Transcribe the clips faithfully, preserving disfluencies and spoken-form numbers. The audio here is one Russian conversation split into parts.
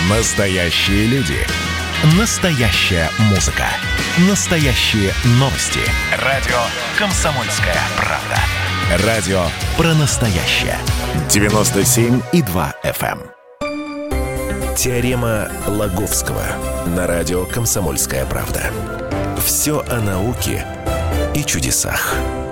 Настоящие люди. Настоящая музыка. Настоящие новости. Радио «Комсомольская правда». Радио про настоящее. девяносто семь и два эф эм. Теорема Лаговского на радио «Комсомольская правда». Все о науке и чудесах.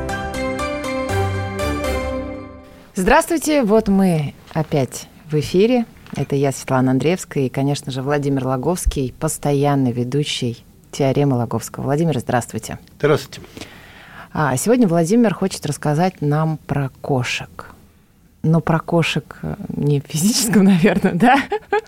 Здравствуйте, вот мы опять в эфире. Это я, Светлана Андреевская, и, конечно же, Владимир Лаговский, постоянный ведущий «Теоремы Лаговского». Владимир, здравствуйте. Здравствуйте. А сегодня Владимир хочет рассказать нам про кошек. Но про кошек не в физическом, наверное, да,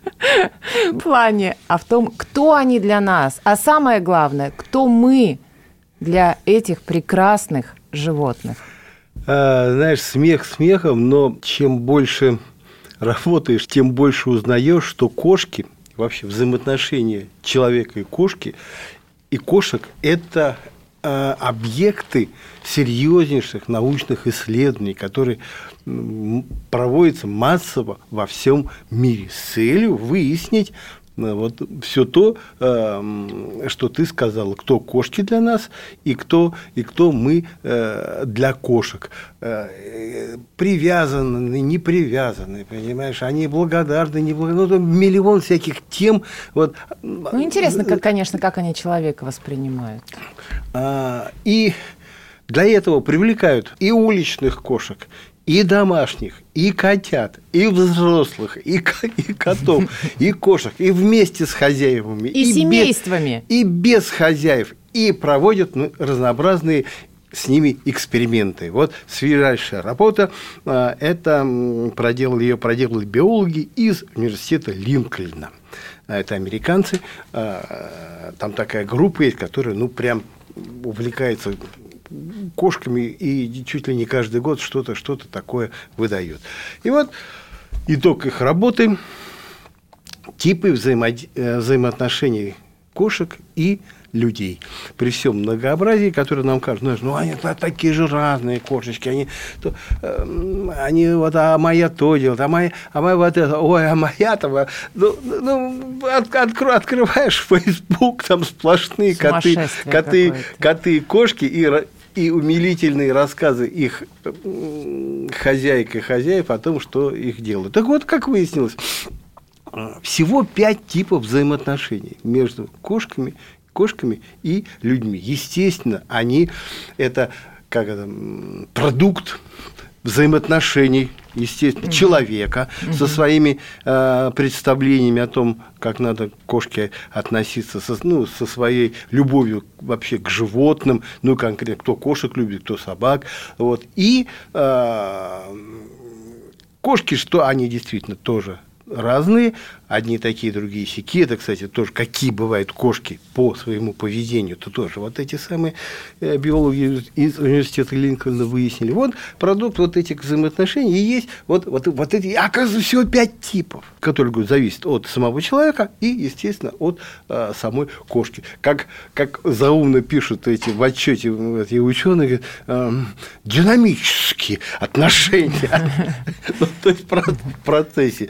плане, а в том, кто они для нас. А самое главное, кто мы для этих прекрасных животных. А, знаешь, смех смехом, но чем больше работаешь, тем больше узнаешь, что кошки, вообще взаимоотношения человека и кошки, и кошек – это э, объекты серьезнейших научных исследований, которые проводятся массово во всем мире с целью выяснить вот все то, что ты сказала, кто кошки для нас и кто, и кто мы для кошек. Привязанные, не привязанные, понимаешь, они благодарны, не благодарны, ну, миллион всяких тем. Вот. Ну, интересно, как, конечно, как они человека воспринимают. И для этого привлекают и уличных кошек, и домашних, и котят, и взрослых, и, и котов, и кошек, и вместе с хозяевами, и, и семействами, без, и без хозяев, и проводят ну, разнообразные с ними эксперименты. Вот свежайшая работа, это проделали, ее проделали биологи из университета Линкольна. Это американцы, там такая группа есть, которая ну прям увлекается кошками и чуть ли не каждый год что-то, что-то такое выдает. И вот итог их работы – типы взаимо... взаимоотношений кошек и людей. При всем многообразии, которое нам кажется, ну, они такие же разные кошечки, они, то, э, они вот, а моя то делает, а моя, а моя вот это, ой, а моя-то, ну, ну от, откро, открываешь Facebook, там сплошные коты, коты, коты и кошки, и и умилительные рассказы их хозяек и хозяев о том, что их делают. Так вот, как выяснилось, всего пять типов взаимоотношений между кошками, кошками и людьми. Естественно, они это, как это продукт взаимоотношений, естественно, mm-hmm. человека mm-hmm. со своими э, представлениями о том, как надо к кошке относиться, со, ну, со своей любовью вообще к животным, ну, конкретно, кто кошек любит, кто собак. Вот. И э, кошки, что они действительно тоже разные, одни такие, другие сяки. Это, кстати, тоже какие бывают кошки по своему поведению, то тоже вот эти самые биологи из университета Линкольна выяснили. Вот продукт вот этих взаимоотношений и есть вот, вот, вот эти, оказывается, всего пять типов, которые зависят от самого человека и, естественно, от а, самой кошки. Как, как заумно пишут эти в отчете эти ученые, динамические отношения. То есть в процессе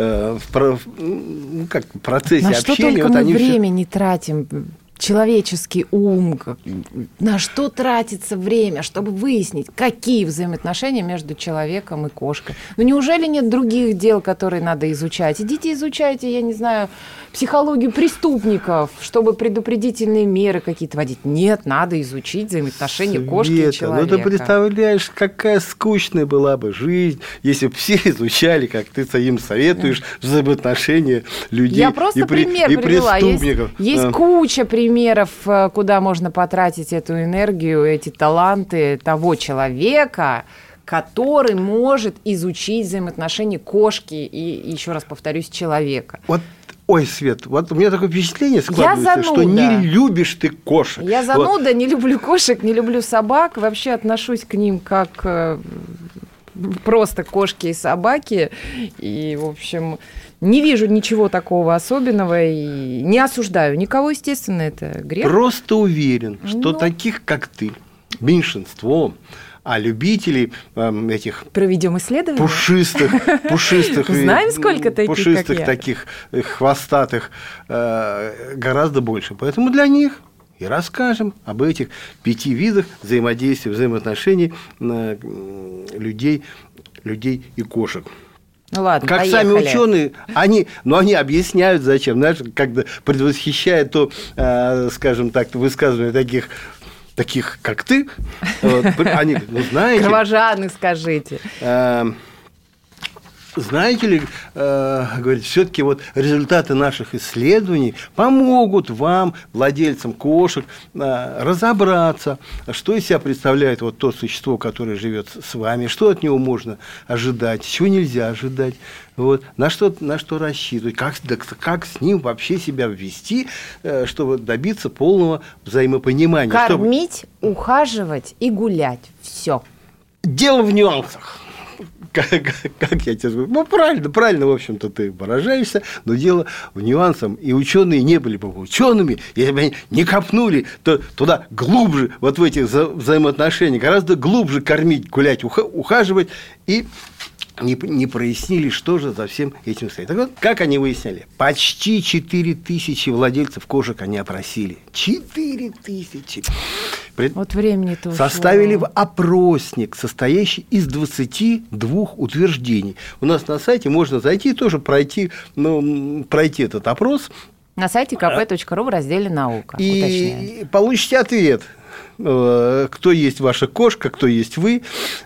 ну, как в процессе на общения. Что только вот мы они время все... не тратим, человеческий ум, на что тратится время, чтобы выяснить, какие взаимоотношения между человеком и кошкой. Ну, неужели нет других дел, которые надо изучать? Идите изучайте, я не знаю, психологию преступников, чтобы предупредительные меры какие-то вводить. Нет, надо изучить взаимоотношения Света, кошки и человека. Ну, ты представляешь, какая скучная была бы жизнь, если бы все изучали, как ты им советуешь, взаимоотношения людей я просто и, при, пример и привела. преступников. Есть, есть а. куча примеров, куда можно потратить эту энергию, эти таланты того человека, который может изучить взаимоотношения кошки и, еще раз повторюсь, человека. Вот. Ой, Свет, вот у меня такое впечатление складывается, что не любишь ты кошек. Я зануда, вот. Не люблю кошек, не люблю собак, вообще отношусь к ним как э, просто кошки и собаки, и, в общем, не вижу ничего такого особенного и не осуждаю никого, естественно, это грех. Просто уверен, что ну... таких, как ты, меньшинство, а любителей э, этих проведем исследование пушистых, пушистых, знаем, сколько таких, пушистых как я. таких хвостатых э, гораздо больше. Поэтому для них и расскажем об этих пяти видах взаимодействия, взаимоотношений э, людей, людей и кошек. Ну ладно, как поехали. Сами ученые, они, но они объясняют, зачем, знаешь, когда предвосхищая то, э, скажем так, высказывание таких, таких как ты, вот, они, ну знаете, кровожадных скажите. Э, Знаете ли, э, говорит, все-таки вот результаты наших исследований помогут вам, владельцам кошек, э, разобраться, что из себя представляет вот то существо, которое живет с вами, что от него можно ожидать, чего нельзя ожидать, вот, на, что, на что рассчитывать, как, да, как с ним вообще себя ввести, э, чтобы добиться полного взаимопонимания. Кормить, чтобы... ухаживать и гулять. Все. Дело в нюансах. Как, как я тебе скажу? Ну, правильно, правильно, в общем-то, ты выражаешься, но дело в нюансах. И ученые не были бы учеными, если бы они не копнули то, туда глубже, вот в этих вза- взаимоотношениях, гораздо глубже кормить, гулять, уха- ухаживать, и не, не прояснили, что же за всем этим стоит. Так вот, как они выясняли? Почти четыре тысячи владельцев кошек они опросили. четыре тысячи. Вот времени-то ушло. Составили в опросник, состоящий из двадцати двух утверждений. У нас на сайте можно зайти и тоже пройти, ну, пройти этот опрос. На сайте ка пэ точка ру в разделе «Наука». И уточняем. Получите ответ. Кто есть ваша кошка, кто есть вы.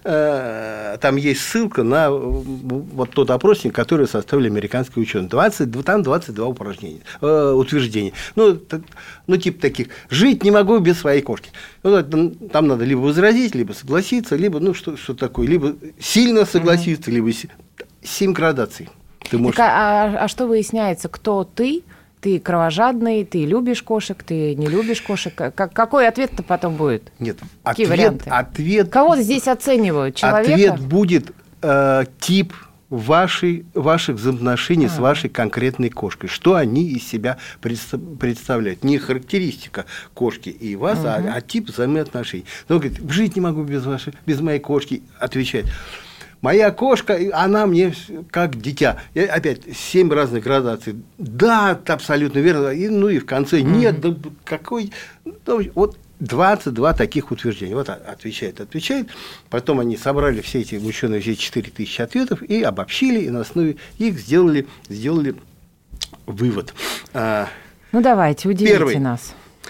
Там есть ссылка на вот тот опросник, который составили американские ученые. двадцать, там двадцать два упражнения, утверждения. Ну, ну, типа таких. Жить не могу без своей кошки. Там надо либо возразить, либо согласиться, либо, ну, что, что такое, либо сильно согласиться, угу. либо семь градаций. Ты можешь... Так, а, а что выясняется, кто ты? Ты кровожадный, ты любишь кошек, ты не любишь кошек. Как, какой ответ-то потом будет? Нет, какие ответ, варианты? Ответ, Кого здесь оценивают? Человека? Ответ будет э, тип вашей, ваших взаимоотношений а. с вашей конкретной кошкой. Что они из себя представляют. Не характеристика кошки и вас, угу. а, а тип взаимоотношений. Он говорит, жить не могу без, вашей, без моей кошки, отвечает. Моя кошка, она мне как дитя. И опять семь разных градаций. Да, абсолютно верно. И, ну и в конце нет. Mm-hmm. Да какой... Вот двадцать два таких утверждения. Вот отвечает, отвечает. Потом они собрали все эти ученые, все четыре тысячи ответов и обобщили, и на основе их сделали, сделали вывод. Ну давайте, удивите Первый. нас.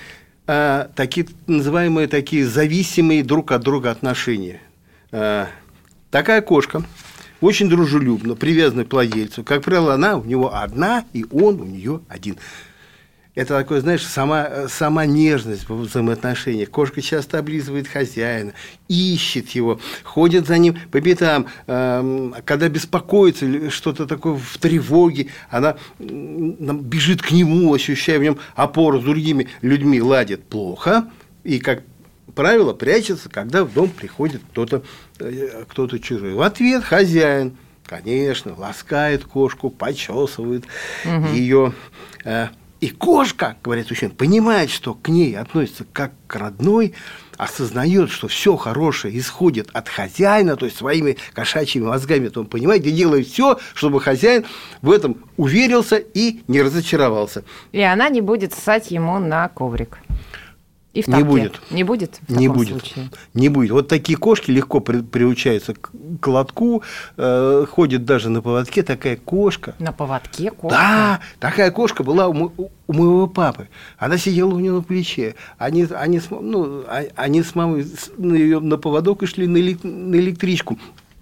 Такие называемые такие зависимые друг от друга отношения. Такая кошка очень дружелюбна, привязана к владельцу. Как правило, она у него одна, и он у нее один. Это такое, знаешь, сама, сама нежность в взаимоотношениях. Кошка часто облизывает хозяина, ищет его, ходит за ним по пятам. Когда беспокоится или что-то такое в тревоге, она бежит к нему, ощущая в нем опору, с другими людьми ладит плохо. И, как правило, прячется, когда в дом приходит кто-то, кто-то чужой. В ответ хозяин, конечно, ласкает кошку, почесывает угу. ее. И кошка, говорят ученые, понимает, что к ней относится как к родной, осознает, что все хорошее исходит от хозяина, то есть своими кошачьими мозгами, то он понимает и делает все, чтобы хозяин в этом уверился и не разочаровался. И она не будет ссать ему на коврик. И в тапке. Не будет. Не будет в не таком будет. случае? Не будет. Вот такие кошки легко при, приучаются к, к лотку, э, ходит даже на поводке. Такая кошка. На поводке кошка? Да, такая кошка была у, мо, у моего папы. Она сидела у него на плече. Они, они, с, ну, они с мамой на, ее, на поводок и шли на, элек, на электричку.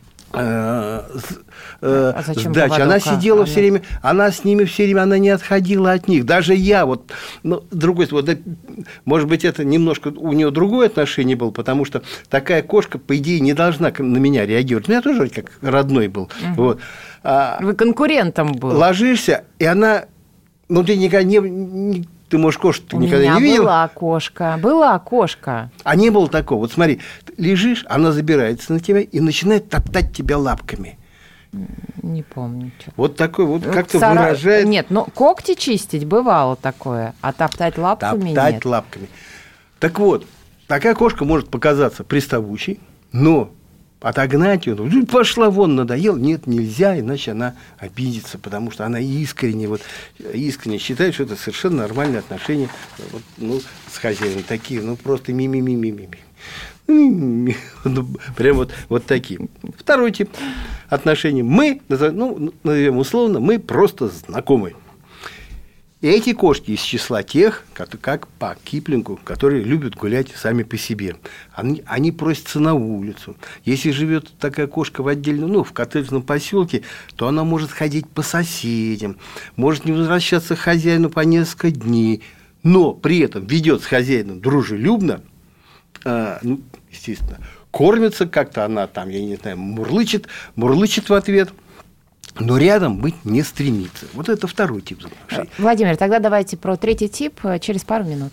А сдачи. Она сидела она... все время, она с ними все время, она не отходила от них. Даже я, вот, ну, другой, вот, да, может быть, это немножко у нее другое отношение было, потому что такая кошка, по идее, не должна на меня реагировать. У меня тоже как родной был. Угу. Вот. А, Вы конкурентом был. Ложишься, и она, ну, ты никогда не... не Ты, может, кошку ты никогда не видел? У меня была кошка. Была кошка. А не было такого. Вот смотри, лежишь, она забирается на тебя и начинает топтать тебя лапками. Не помню. Что-то. Вот такой вот, как-то Сара... выражает... Нет, но когти чистить бывало такое, а топтать лапками топтать нет. лапками. Так вот, такая кошка может показаться приставучей, Но отогнать ее, ну, пошла вон, надоел. Нет, нельзя, иначе она обидится, потому что она искренне, вот, искренне считает, что это совершенно нормальные отношения вот, ну, с хозяином. Такие, ну, просто ми-ми-ми-ми-ми. Ну, прям вот, вот такие. Второй тип отношений. Мы, ну, назовем условно, мы просто знакомы. И эти кошки из числа тех, как, как по Киплингу, которые любят гулять сами по себе. Они, они просятся на улицу. Если живет такая кошка в отдельном, ну, в коттеджном поселке, то она может ходить по соседям, может не возвращаться к хозяину по несколько дней, но при этом ведет с хозяином дружелюбно, э, ну, естественно, кормится как-то, она там, я не знаю, мурлычет, мурлычет в ответ. Но рядом быть не стремится. Вот это второй тип взаимоотношений. Владимир, тогда давайте про третий тип через пару минут.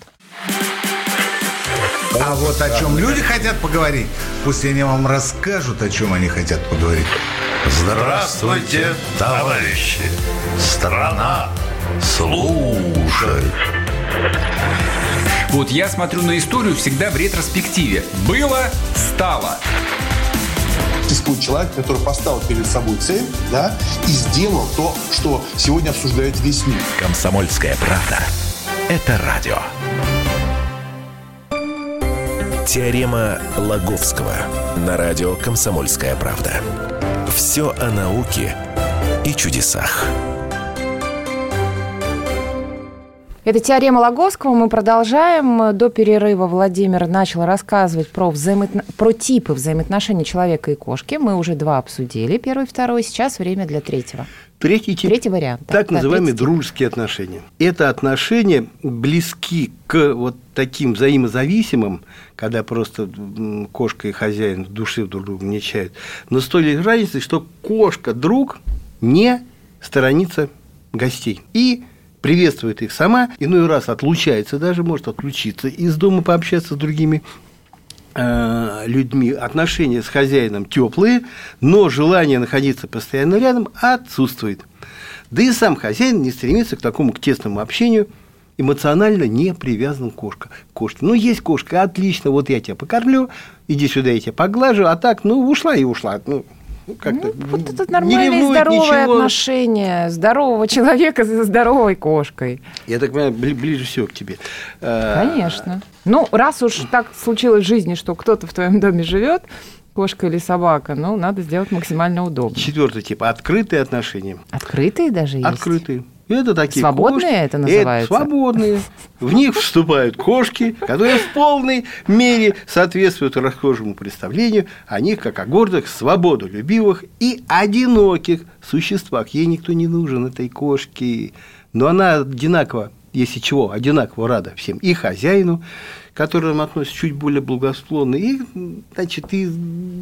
А вот о чем люди хотят поговорить, пусть они вам расскажут, о чем они хотят поговорить. Здравствуйте, товарищи! Страна слушает! Вот я смотрю на историю всегда в ретроспективе. Было, стало. Существует человек, который поставил перед собой цель, да, и сделал то, что сегодня обсуждает весь мир. «Комсомольская правда» – это радио. Теорема Лаговского на радио «Комсомольская правда». Все о науке и чудесах. Это теорема Лаговского. Мы продолжаем. До перерыва Владимир начал рассказывать про, взаимоотно... про типы взаимоотношений человека и кошки. Мы уже два обсудили, первый и второй. Сейчас время для третьего. Третий тип. Третий вариант. Так да, называемые третий дружеские тип. отношения. Это отношения близки к вот таким взаимозависимым, когда просто кошка и хозяин души друг друга не чают, но с той разницей, что кошка-друг не сторонится гостей. И приветствует их сама, иной раз отлучается, даже может отключиться из дома, пообщаться с другими э, людьми. Отношения с хозяином теплые, но желание находиться постоянно рядом отсутствует. Да и сам хозяин не стремится к такому к тесному общению, эмоционально не привязан к кошке. кошке. Ну, есть кошка, отлично, вот я тебя покормлю, иди сюда, я тебя поглажу, а так, ну, ушла и ушла. Ну, Ну, вот это нормальное здоровое ничего. отношение здорового человека со здоровой кошкой. Я так понимаю, ближе всего к тебе. Конечно. Ну, раз уж так случилось в жизни, что кто-то в твоем доме живет, кошка или собака, ну, надо сделать максимально удобно. Четвертый тип – открытые отношения. Открытые даже есть? Открытые. Это такие свободные кошки, это называется? Это свободные. В них вступают кошки, которые в полной мере соответствуют расхожему представлению о них как о гордых, свободолюбивых и одиноких существах. Ей никто не нужен, этой кошке. Но она одинаково, если чего, одинаково рада всем. И хозяину, к которому относится чуть более благосклонно, и, значит, и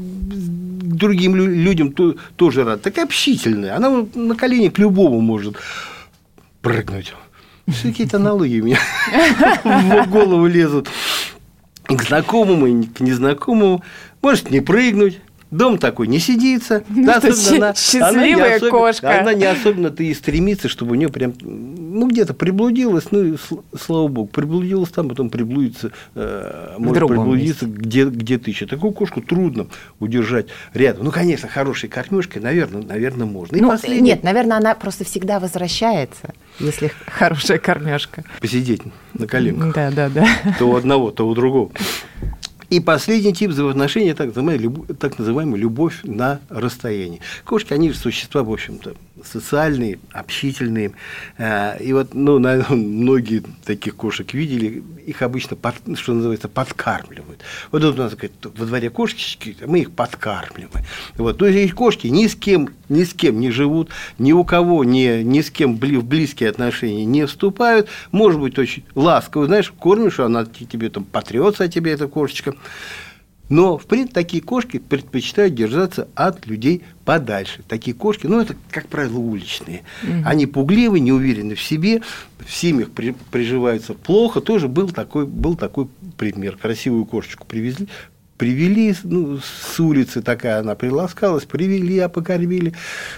к другим людям тоже рада. Такая общительная. Она на колени к любому может прыгнуть. Какие-то аналогии у меня в голову лезут. И к знакомому, и к незнакомому. Может не прыгнуть. Дом такой не сидится. Ну, да, она, счастливая она кошка. Она не особенно-то и стремится, чтобы у нее прям, ну, где-то приблудилась, ну, и, слава богу, приблудилась там, потом приблудится, э, может приблудиться где, где-то еще. Такую кошку трудно удержать рядом. Ну, конечно, хорошей кормежкой, наверное, наверное, можно. И ну, последний... Нет, наверное, она просто всегда возвращается, если хорошая кормежка. Посидеть на коленках. Да, да, да. То у одного, то у другого. И последний тип взаимоотношений – так так называемая любовь на расстоянии. Кошки, они же существа, в общем-то, социальные, общительные. И вот, ну, наверное, многие таких кошек видели, их обычно, под, что называется, подкармливают. Вот тут у нас говорит, во дворе кошечки, мы их подкармливаем. Вот. То есть эти кошки ни с кем, ни с кем не живут, ни у кого не, ни с кем в близкие отношения не вступают. Может быть, очень ласково, знаешь, кормишь, она тебе там потрется о тебе, эта кошечка. Но, в принципе, такие кошки предпочитают держаться от людей подальше. Такие кошки, ну, это, как правило, уличные. Угу. Они пугливы, не уверены в себе, в семьях при, приживаются плохо. Тоже был такой, был такой пример. Красивую кошечку привезли, привели ну, с улицы, такая она приласкалась, привели, а покормили,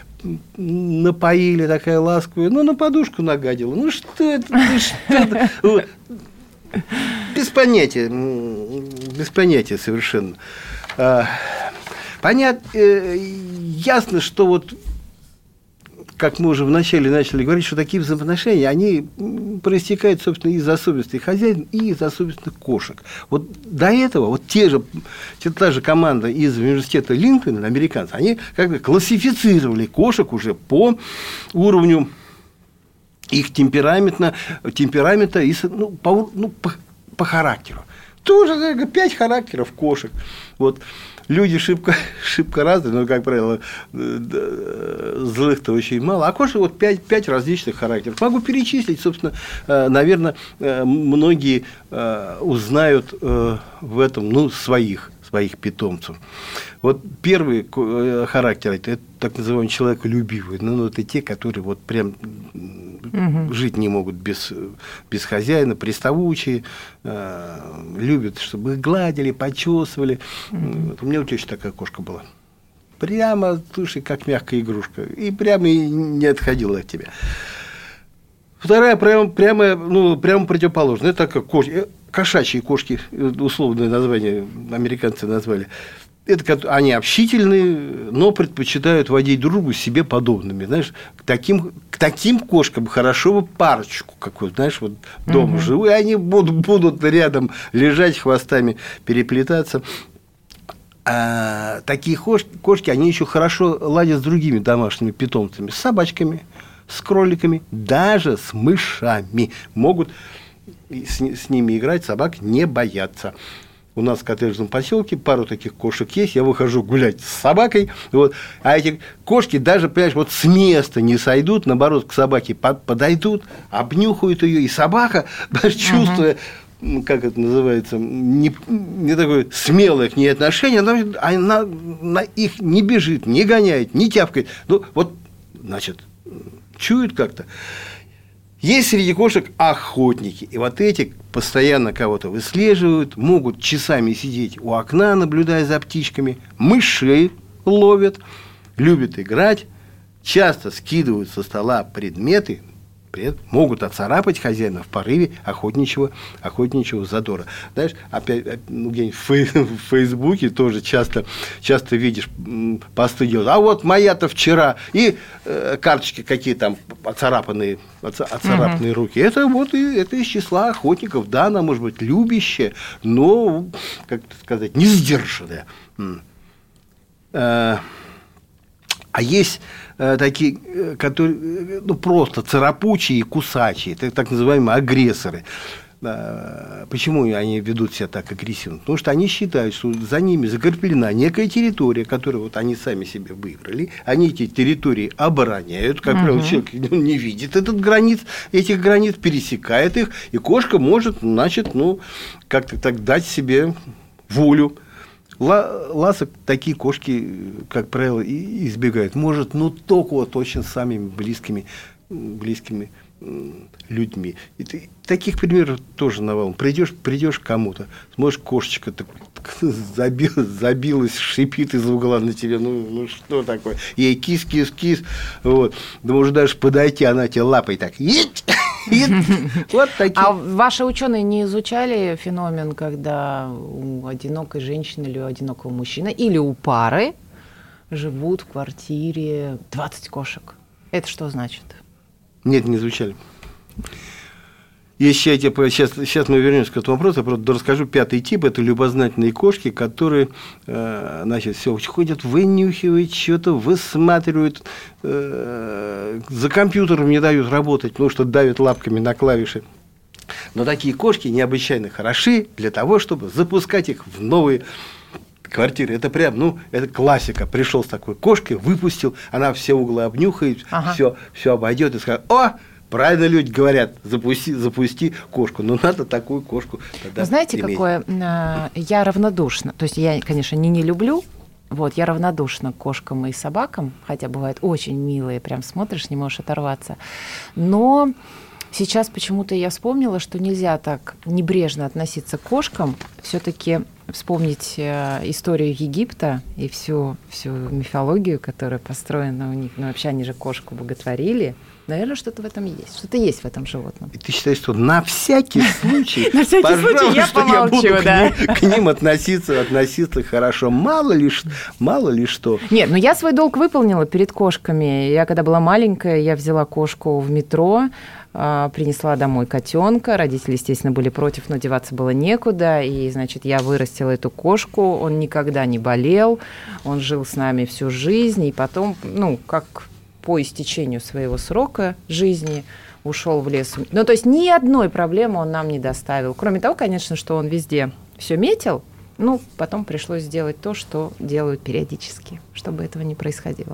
напоили, такая ласковая, ну, на подушку нагадила. Ну, что это, ну, что это? Без понятия, без понятия совершенно. Понятно, ясно, что вот, как мы уже вначале начали говорить, что такие взаимоотношения, они проистекают, собственно, из особенностей хозяина и из особенностей кошек. Вот до этого вот те же, та же команда из университета Линкольна, американцы, они как бы классифицировали кошек уже по уровню их темперамента, темперамента и, ну, по, ну, по, по характеру. Тоже пять характеров кошек. Вот. Люди шибко, шибко разные, но, как правило, злых-то очень мало. А кошек вот пять, пять различных характеров. Могу перечислить, собственно, наверное, многие узнают в этом, ну, своих, своих питомцев. Вот первый характер – это так называемый человеколюбивый. Ну, это те, которые вот прям угу. жить не могут без, без хозяина, приставучие, э, любят, чтобы их гладили, почесывали. Угу. Вот у меня у тещи такая кошка была. Прямо, слушай, как мягкая игрушка. И прямо и не отходила от тебя. Вторая прямо, прямо, ну, прямо противоположная. Это как кошки, кошачьи кошки, условное название американцы назвали. Это, они общительные, но предпочитают водить другу себе подобными. Знаешь, к таким, к таким кошкам хорошо бы парочку какую-то, знаешь, вот дома угу. живут, и они будут, будут рядом лежать, хвостами переплетаться. А такие кошки, кошки, они еще хорошо ладят с другими домашними питомцами, с собачками, с кроликами, даже с мышами. Могут с, с ними играть, собак не боятся. У нас в коттеджном поселке пару таких кошек есть. Я выхожу гулять с собакой. Вот, а эти кошки даже, понимаешь, вот с места не сойдут, наоборот, к собаке подойдут, обнюхают ее. И собака, даже чувствуя, uh-huh. как это называется, не, не такое смелое к ней отношение, она, она, она их не бежит, не гоняет, не тявкает. Ну, вот, значит, чует как-то. Есть среди кошек охотники, и вот эти постоянно кого-то выслеживают, могут часами сидеть у окна, наблюдая за птичками, мышей ловят, любят играть, часто скидывают со стола предметы, могут отцарапать хозяина в порыве охотничьего, охотничьего задора. Знаешь, опять, ну, где-нибудь в Фейсбуке тоже часто, часто видишь посты делают. А вот моя-то вчера, и э, карточки какие там оцарапанные, оцарапанные угу. руки. Это вот и, это из числа охотников. Да, она может быть любящая, но, как сказать, не сдержанная. А есть такие, которые, ну, просто царапучие и кусачие, это так называемые агрессоры. Почему они ведут себя так агрессивно? Потому что они считают, что за ними закреплена некая территория, которую вот они сами себе выбрали. Они эти территории обороняют. Как правило, uh-huh. человек не видит этот границ, этих границ, пересекает их, и кошка может, значит, ну, как-то так дать себе волю. Ласок такие кошки, как правило, избегают. Может, ну, только вот очень самыми близкими, близкими людьми. И ты, таких примеров тоже навалом. Придешь, придешь к кому-то, смотришь, кошечка так, забил, забилась, шипит из угла на тебе. Ну, ну что такое? Ей кис, кис, кис. Вот. Да можешь даже подойти, она тебе лапой так. Вот такие. А ваши ученые не изучали феномен, когда у одинокой женщины или у одинокого мужчины или у пары живут в квартире двадцать кошек? Это что значит? Нет, не изучали. Если я тебе, сейчас, сейчас мы вернемся к этому вопросу, я просто расскажу пятый тип. Это любознательные кошки, которые, э, значит, все ходят, вынюхивают, что-то высматривают, э, за компьютером не дают работать, потому что давят лапками на клавиши. Но такие кошки необычайно хороши для того, чтобы запускать их в новые квартиры. Это прям, ну, это классика. Пришел с такой кошкой, выпустил, она все углы обнюхает, ага. все, все обойдет и скажет: о! Правильно люди говорят, запусти, запусти кошку. Но надо такую кошку тогда Знаете, иметь. какое? Я равнодушна. То есть я, конечно, не, не люблю. Вот, я равнодушна к кошкам и собакам, хотя бывают очень милые, прям смотришь, не можешь оторваться. Но сейчас почему-то я вспомнила, что нельзя так небрежно относиться к кошкам. Все-таки вспомнить историю Египта и всю, всю мифологию, которая построена у них. Ну, вообще, они же кошку боготворили. Наверное, что-то в этом есть. Что-то есть в этом животном. И ты считаешь, что на всякий случай, на всякий случай я помолчу, я буду да. к, ним, к ним относиться, относиться хорошо. Мало ли, мало ли что. Нет, ну я свой долг выполнила перед кошками. Я когда была маленькая, я взяла кошку в метро, принесла домой котенка. Родители, естественно, были против, но деваться было некуда. И, значит, я вырастила эту кошку. Он никогда не болел. Он жил с нами всю жизнь. И потом, ну, как по истечению своего срока жизни ушел в лес. Ну, то есть ни одной проблемы он нам не доставил. Кроме того, конечно, что он везде все метил. Ну, потом пришлось сделать то, что делают периодически, чтобы этого не происходило.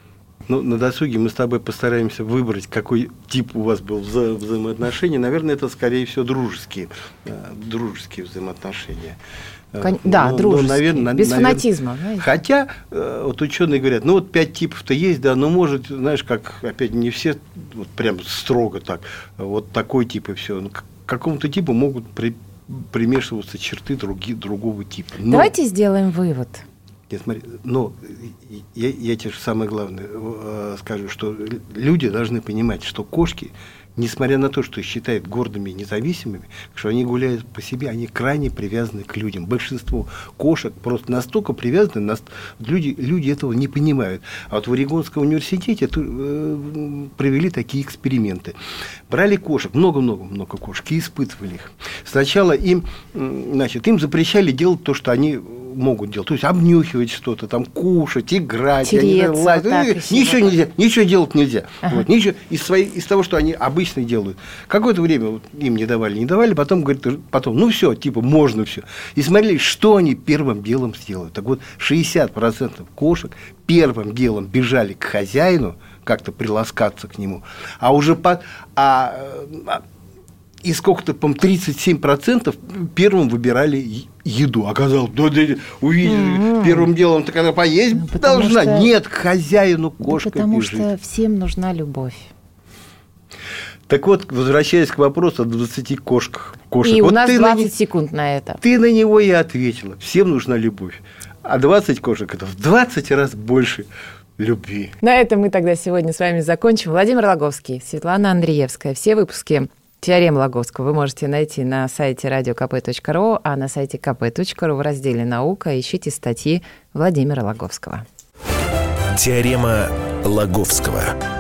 Ну, на досуге мы с тобой постараемся выбрать, какой тип у вас был вза- взаимоотношений. Наверное, это, скорее всего, дружеские, э, дружеские взаимоотношения. Кон... Да, ну, дружеские, ну, наверное, без наверное, фанатизма. Знаете? Хотя, э, вот ученые говорят, ну, вот пять типов-то есть, да, но может, знаешь, как, опять, не все вот прям строго так, вот такой тип и все. К какому-то типу могут при, примешиваться черты други, другого типа. Но... Давайте сделаем вывод. Нет, смотри, но я, я тебе же самое главное э, скажу, что люди должны понимать, что кошки, несмотря на то, что их считают гордыми и независимыми, что они гуляют по себе, они крайне привязаны к людям. Большинство кошек просто настолько привязаны, нас, люди, люди этого не понимают. А вот в Орегонском университете э, провели такие эксперименты. Брали кошек, много-много-много кошек, и испытывали их. Сначала им, значит, им запрещали делать то, что они могут делать. То есть обнюхивать что-то, там, кушать, играть. Тереться, они, лазить. так, ничего нельзя, ничего делать нельзя. Ага. Вот, ничего, из, своей, из того, что они обычно делают. Какое-то время вот, им не давали, не давали, потом, говорит, потом, ну все, типа, можно все. И смотрели, что они первым делом сделают. Так вот, шестьдесят процентов кошек первым делом бежали к хозяину, как-то приласкаться к нему, а уже по... А, а, и сколько-то, по-моему, тридцать семь процентов первым выбирали еду. Оказалось, да, да, увидели, mm-hmm. первым делом ты когда поесть ну, должна. Что... Нет, к хозяину кошка да потому бежит. Потому что всем нужна любовь. Так вот, возвращаясь к вопросу о двадцати кошках. Кошек. И вот у нас ты двадцать на... секунд на это. Ты на него и ответила. Всем нужна любовь. А двадцать кошек – это в двадцать раз больше любви. На этом мы тогда сегодня с вами закончим. Владимир Логовский, Светлана Андреевская. Все выпуски «Теорем Логовского» вы можете найти на сайте радио ка пэ точка ру, а на сайте ка пэ точка ру в разделе «Наука» ищите статьи Владимира Логовского. Теорема Логовского.